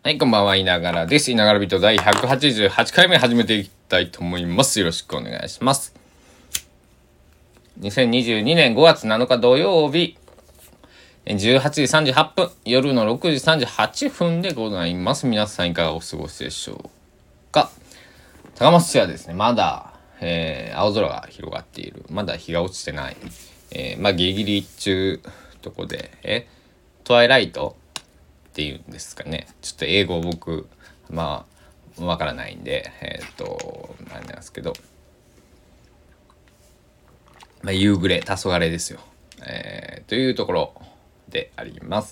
はい、こんばんは、いながらです。いながらビート第188回目始めていきたいと思います。よろしくお願いします。2022年5月7日土曜日、18時38分、夜の6時38分でございます。皆さんいかがお過ごしでしょうか。高松市はですね、まだ、青空が広がっている。まだ日が落ちてない。ギリギリ中とこで、トワイライトっていうんですかね。ちょっと英語僕わからないんであれなんですけど、夕暮れ黄昏ですよ、というところであります。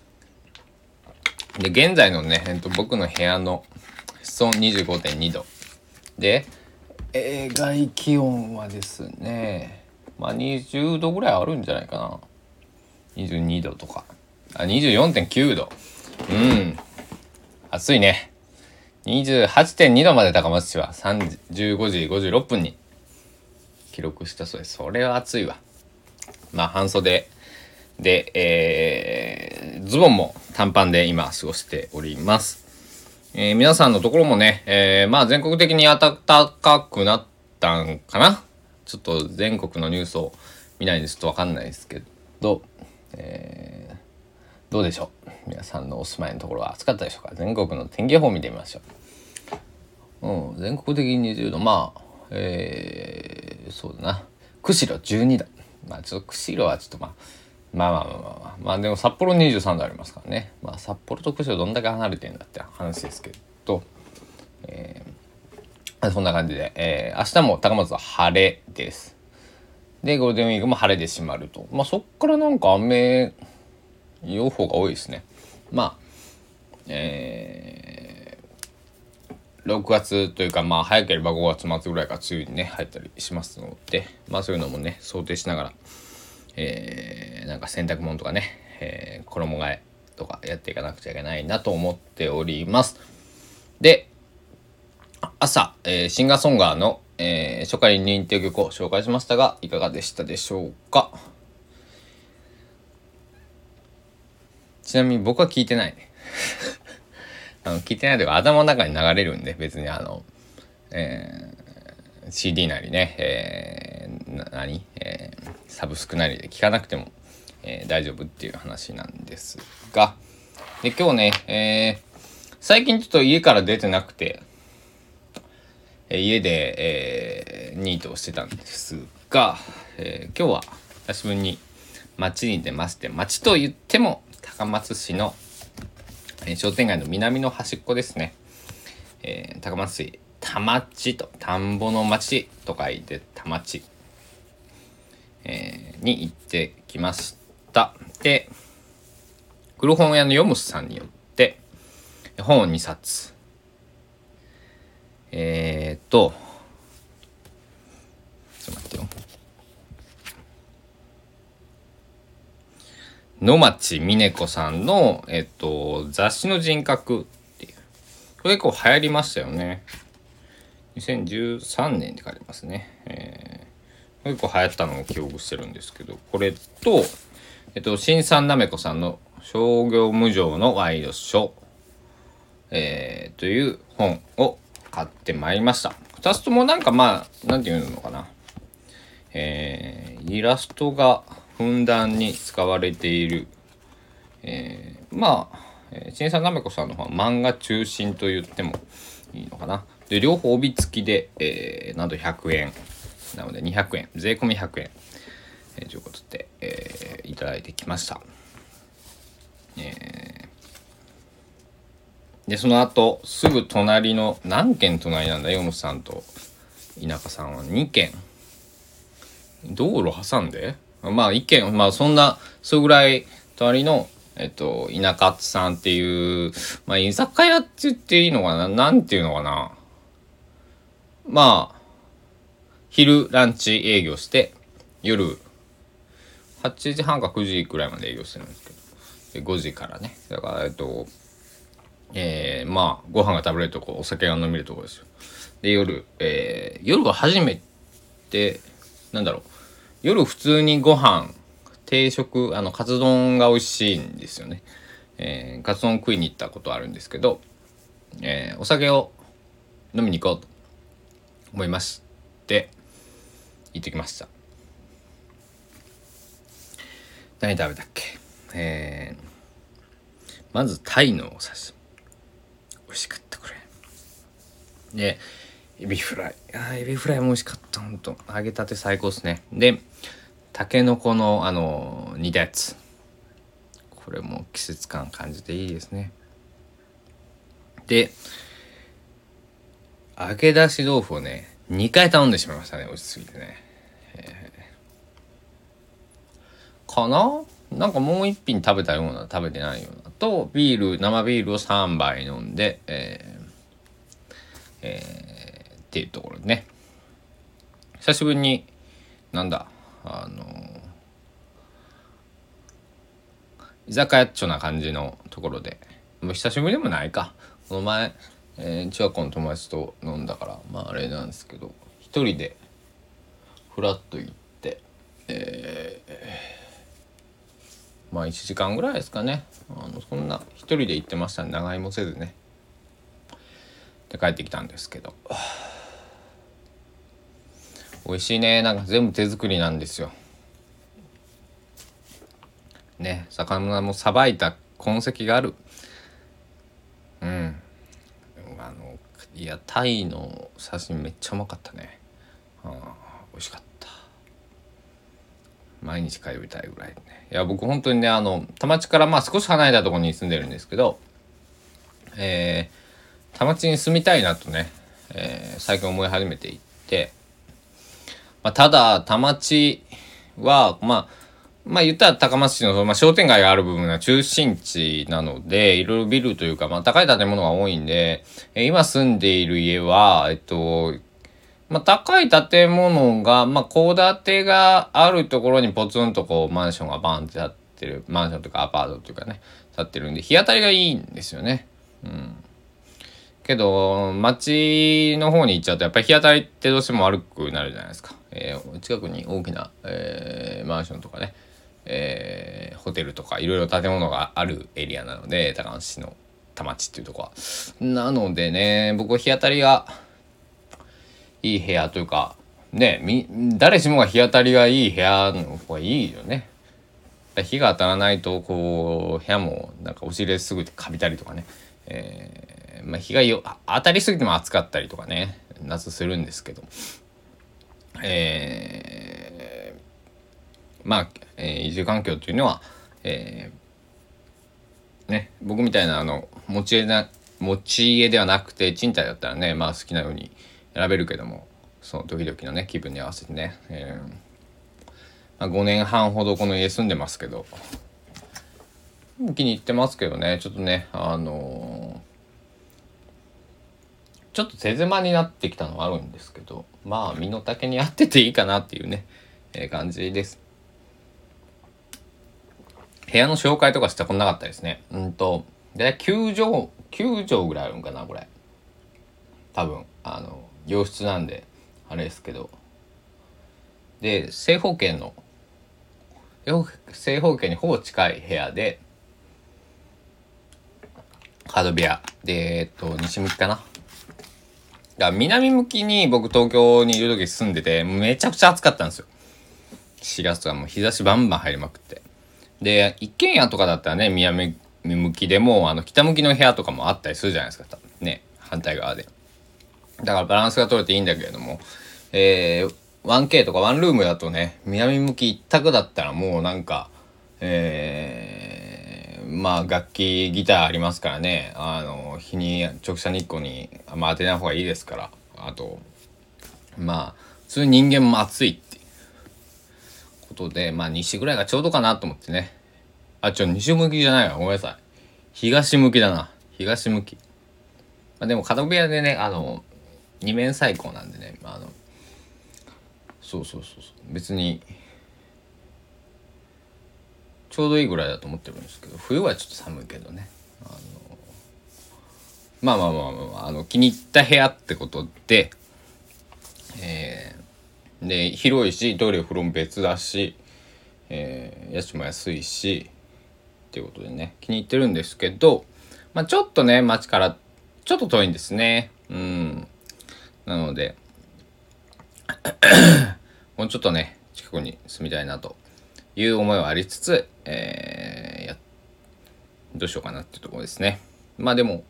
で現在のね、僕の部屋の室温 25.2 度で、外気温はですね20度ぐらいあるんじゃないかな。22度とか24.9 度。暑いね。28.2 度まで高松市は15時56分に記録したそうです。それは暑いわ。半袖で、ズボンも短パンで今過ごしております。皆さんのところもね、全国的に暖かくなったんかな。ちょっと全国のニュースを見ないですと分かんないですけど、どうでしょう。皆さんのお住まいのところは暑かったでしょうか。全国の天気予報を見てみましょう。全国的に20度。そうだな。釧路12度。ちょっと釧路はちょっとでも札幌23度ありますからね。札幌と釧路どんだけ離れてるんだって話ですけど、そんな感じで、明日も高松は晴れです。でゴールデンウィークも晴れで閉まると。そっからなんか雨予報が多いですね。6月というか早ければ5月末ぐらいから梅雨にね入ったりしますので、そういうのもね想定しながら、なんか洗濯物とかね、衣替えとかやっていかなくちゃいけないなと思っております。で朝、シンガーソンガーの、初回認定曲を紹介しましたがいかがでしたでしょうか。ちなみに僕は聞いてないね聞いてないというか頭の中に流れるんで、別にCD なりね、サブスクなりで聞かなくても、大丈夫っていう話なんですが、で今日ね、最近ちょっと家から出てなくて、家で、ニートをしてたんですが、今日は久しぶりに街に出まして、街と言っても高松市の商店街の南の端っこですね。高松市田町と田んぼの町と書いて田町、に行ってきました。で古本屋のヨムスさんによって本を2冊ちょっと待ってよ。野町美音子さんの、雑誌の人格っていう、これ結構流行りましたよね。2013年って書いてますね。結構流行ったのを記憶してるんですけど、これと、新三なめこさんの商業無常のワイドショー、という本を買ってまいりました。2つともなんかなんていうのかな、イラストがふんだんに使われている、新さんなめこさんの方は漫画中心と言ってもいいのかな。で両方帯付きで、なんと100円なので200円、税込み100円、ということで、いただいてきました。でその後すぐ隣の、何軒隣なんだ、ヨムさんと田舎さんは2軒道路挟んで、1軒、それぐらい隣の田舎さんっていう、居酒屋って言っていいのかな、なんていうのかな、昼ランチ営業して夜8時半か9時くらいまで営業してるんですけど、で5時からね、だからご飯が食べれるとこ、お酒が飲めるとこですよ。で夜は初めて、夜普通にご飯定食、カツ丼が美味しいんですよね。 カツ丼食いに行ったことあるんですけど、お酒を飲みに行こうと思いまして行ってきました。何食べたっけ。まずタイのお刺身美味しかったこれで、エビフライエビフライも美味しかった。ほんと揚げたて最高ですね。でタケノコの煮たやつ、これも季節感感じていいですね。で揚げ出し豆腐をね2回頼んでしまいましたね。美味しすぎてね、かな。なんかもう一品食べたような食べてないようなと、生ビールを3杯飲んで、っていうところでね、久しぶりに居酒屋っちょな感じのところで、もう久しぶりでもないか、この前、中学校の友達と飲んだからまああれなんですけど、一人でフラッと行って、まあ1時間ぐらいですかね。そんな一人で行ってましたね。長居もせずねで帰ってきたんですけど、美味しいね。なんか全部手作りなんですよね。魚もさばいた痕跡がある。いやタイの刺身めっちゃうまかったね。美味しかった。毎日通いたいぐらいね。いや僕本当にね田町からまあ少し離れたところに住んでるんですけど、田町に住みたいなとね、最近思い始めていって、ただ田町は言ったら高松市の、商店街がある部分は中心地なので、いろいろビルというか、高い建物が多いんで、今住んでいる家は高い建物が戸建てがあるところにポツンとこうマンションがバンって建ってる、マンションとかアパートというかね建ってるんで日当たりがいいんですよね。けど街の方に行っちゃうとやっぱり日当たりってどうしても悪くなるじゃないですか。近くに大きな、マンションとかね、ホテルとかいろいろ建物があるエリアなので、高松市の田町っていうとこはなのでね、僕は日当たりがいい部屋というかね、誰しもが日当たりがいい部屋の方がいいよね。日が当たらないとこう部屋もなんか押し入れすぐカビたりとかね、日が当たりすぎても暑かったりとかね夏するんですけど、移住環境っていうのは、僕みたいな持ち家ではなくて賃貸だったらね好きなように選べるけども、その時々のね気分に合わせてね、5年半ほどこの家住んでますけど気に入ってますけどね。ちょっとねちょっと手狭になってきたのはあるんですけど、身の丈に合ってていいかなっていうね、感じです。部屋の紹介とかしてこなかったですね。で9畳ぐらいあるんかなこれ。多分洋室なんであれですけど、で正方形にほぼ近い部屋で、角部屋で西向きかな。だから南向きに僕東京にいる時住んでてめちゃくちゃ暑かったんですよ。4月とかもう日差しバンバン入りまくって、で一軒家とかだったらね南向きでも北向きの部屋とかもあったりするじゃないですかね、反対側で。だからバランスが取れていいんだけれども、1K とかワンルームだとね南向き一択だったらもうなんか楽器ギターありますからね、日に直射日光に当てない方がいいですから、あと普通に人間も暑いっていうことで西ぐらいがちょうどかなと思ってね。西向きじゃないわ、ごめんなさい、東向きだな。東向き、でも角部屋でね二面採光なんでね、そう別にちょうどいいぐらいだと思ってるんですけど、冬はちょっと寒いけどね。気に入った部屋ってことで、で広いしトイレ風呂も別だし、家賃も安いしっっていうことでね、気に入ってるんですけど、ちょっとね、町からちょっと遠いんですね。なので、もうちょっとね、近くに住みたいなという思いはありつつ、どうしようかなっていうところですね。でも、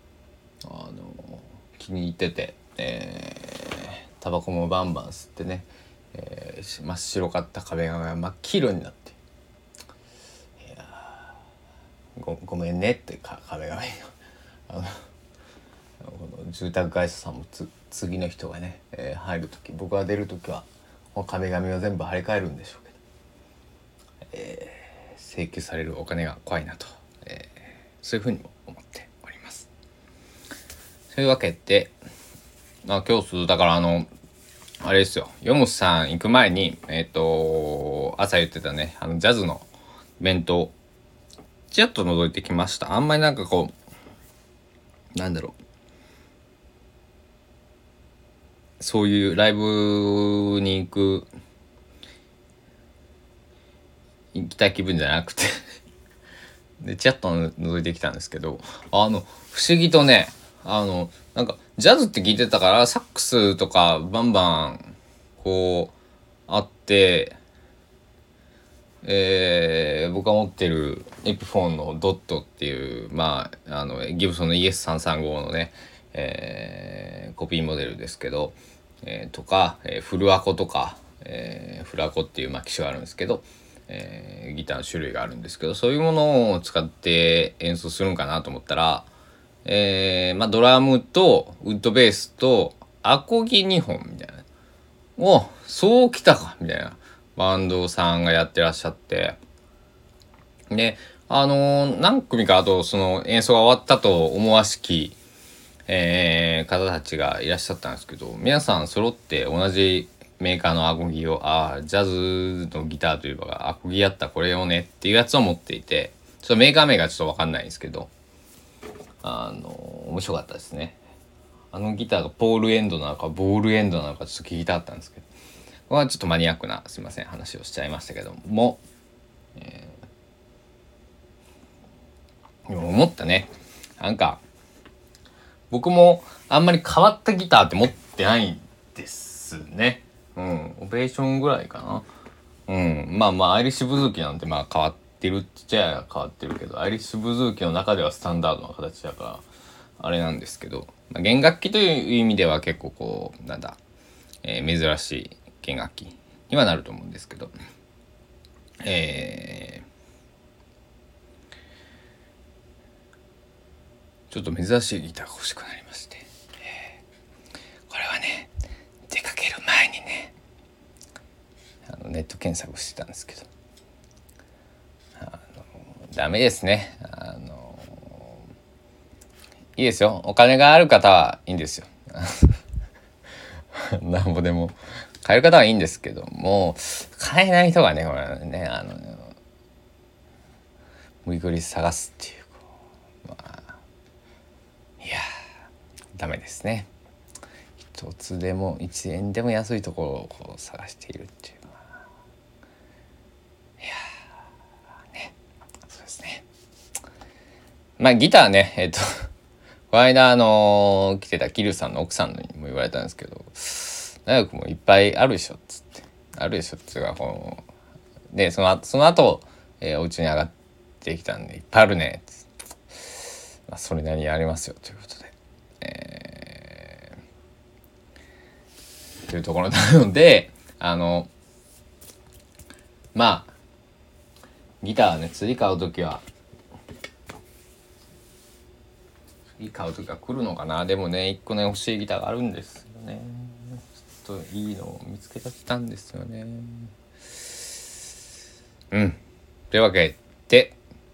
気に入ってて、タバコもバンバン吸ってね、真っ白かった壁紙が真っ黄色になって、ごめんねって壁紙がこの住宅会社さんも次の人がね、入る時、僕が出る時はこの壁紙を全部張り替えるんでしょうけど、請求されるお金が怖いなと、そういうふうにも思っております。そういうわけで、今日だからあれですよ、ヨムさん行く前に朝言ってたね、ジャズのイベントちらっと覗いてきました。あんまりなんかこうそういうライブに行きたい気分じゃなくてでちらっと覗いてきたんですけど、不思議とね、なんかジャズって聞いてたからサックスとかバンバンこうあって、僕が持ってるエピフォンのドットっていうギブソンの ES335 のね、コピーモデルですけど、とか、フルアコとか、フルアコっていう機種があるんですけど、ギターの種類があるんですけど、そういうものを使って演奏するんかなと思ったら、ドラムとウッドベースとアコギ2本みたいな、そうきたかみたいなバンドさんがやってらっしゃって、で何組かあとその演奏が終わったと思わしき、方たちがいらっしゃったんですけど、皆さん揃って同じメーカーのアコギをジャズのギターといえばアコギやったこれをねっていうやつを持っていて、ちょっとメーカー名がちょっと分かんないんですけど、面白かったですね。ギターがポールエンドなのかボールエンドなのかちょっと聞きたかったんですけど、これはちょっとマニアックなすいません話をしちゃいましたけども、でも思ったね、なんか僕もあんまり変わったギターって持ってないんですね。オペレーションぐらいかな。アイリッシュブズーキなんて変わってるっちゃ変わってるけど、アイリッシュブズーキの中ではスタンダードな形だからあれなんですけど、弦楽器という意味では結構こう珍しい弦楽器にはなると思うんですけど、ちょっと珍しいギターが欲しくなりまして、これはね出かける前にねネット検索してたんですけど、ダメですね。いいですよ、お金がある方はいいんですよなんぼでも買える方はいいんですけども、買えない人がねこれね無理くり探すっていう、いやダメですね。一つでも1円でも安いところをこう探しているっていうのは、そうですね。ギターねこの間来てたキルさんの奥さんにも言われたんですけど、大学もいっぱいあるでしょっつって、あるでしょっていうかでその後、お家に上がってきたんで、いっぱいあるねっつって、それなりにありますよということで、というところなのでギターね次買う時は来るのかな。でもね一個ね欲しいギターがあるんですよね。ちょっといいのを見つけたんですよね。というわけで、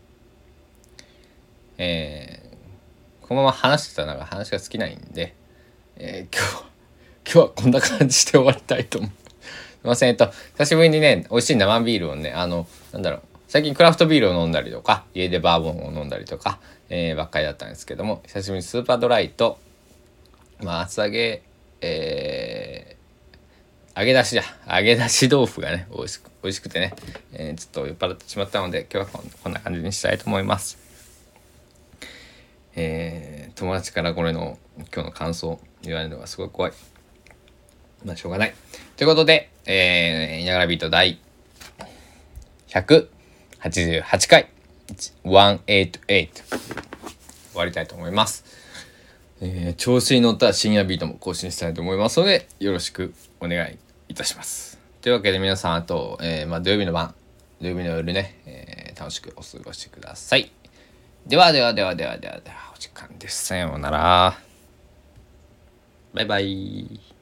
このまま話してたら話が尽きないんで、今日はこんな感じで終わりたいと思う。すいません。久しぶりにね美味しい生ビールをね最近クラフトビールを飲んだりとか家でバーボンを飲んだりとか、ばっかりだったんですけども、久しぶりにスーパードライと厚揚げ、 揚げ出し豆腐がね美味しくてね、ちょっと酔っ払ってしまったので今日はこんな感じにしたいと思います。友達からこれの今日の感想言われるのがすごい怖い。まあしょうがないということで、いながらビート第188回188終わりたいと思います。調子に乗った深夜ビートも更新したいと思いますのでよろしくお願いいたします。というわけで皆さんあと、土曜日の夜ね、楽しくお過ごしください。ではお時間です。さようなら。バイバイ。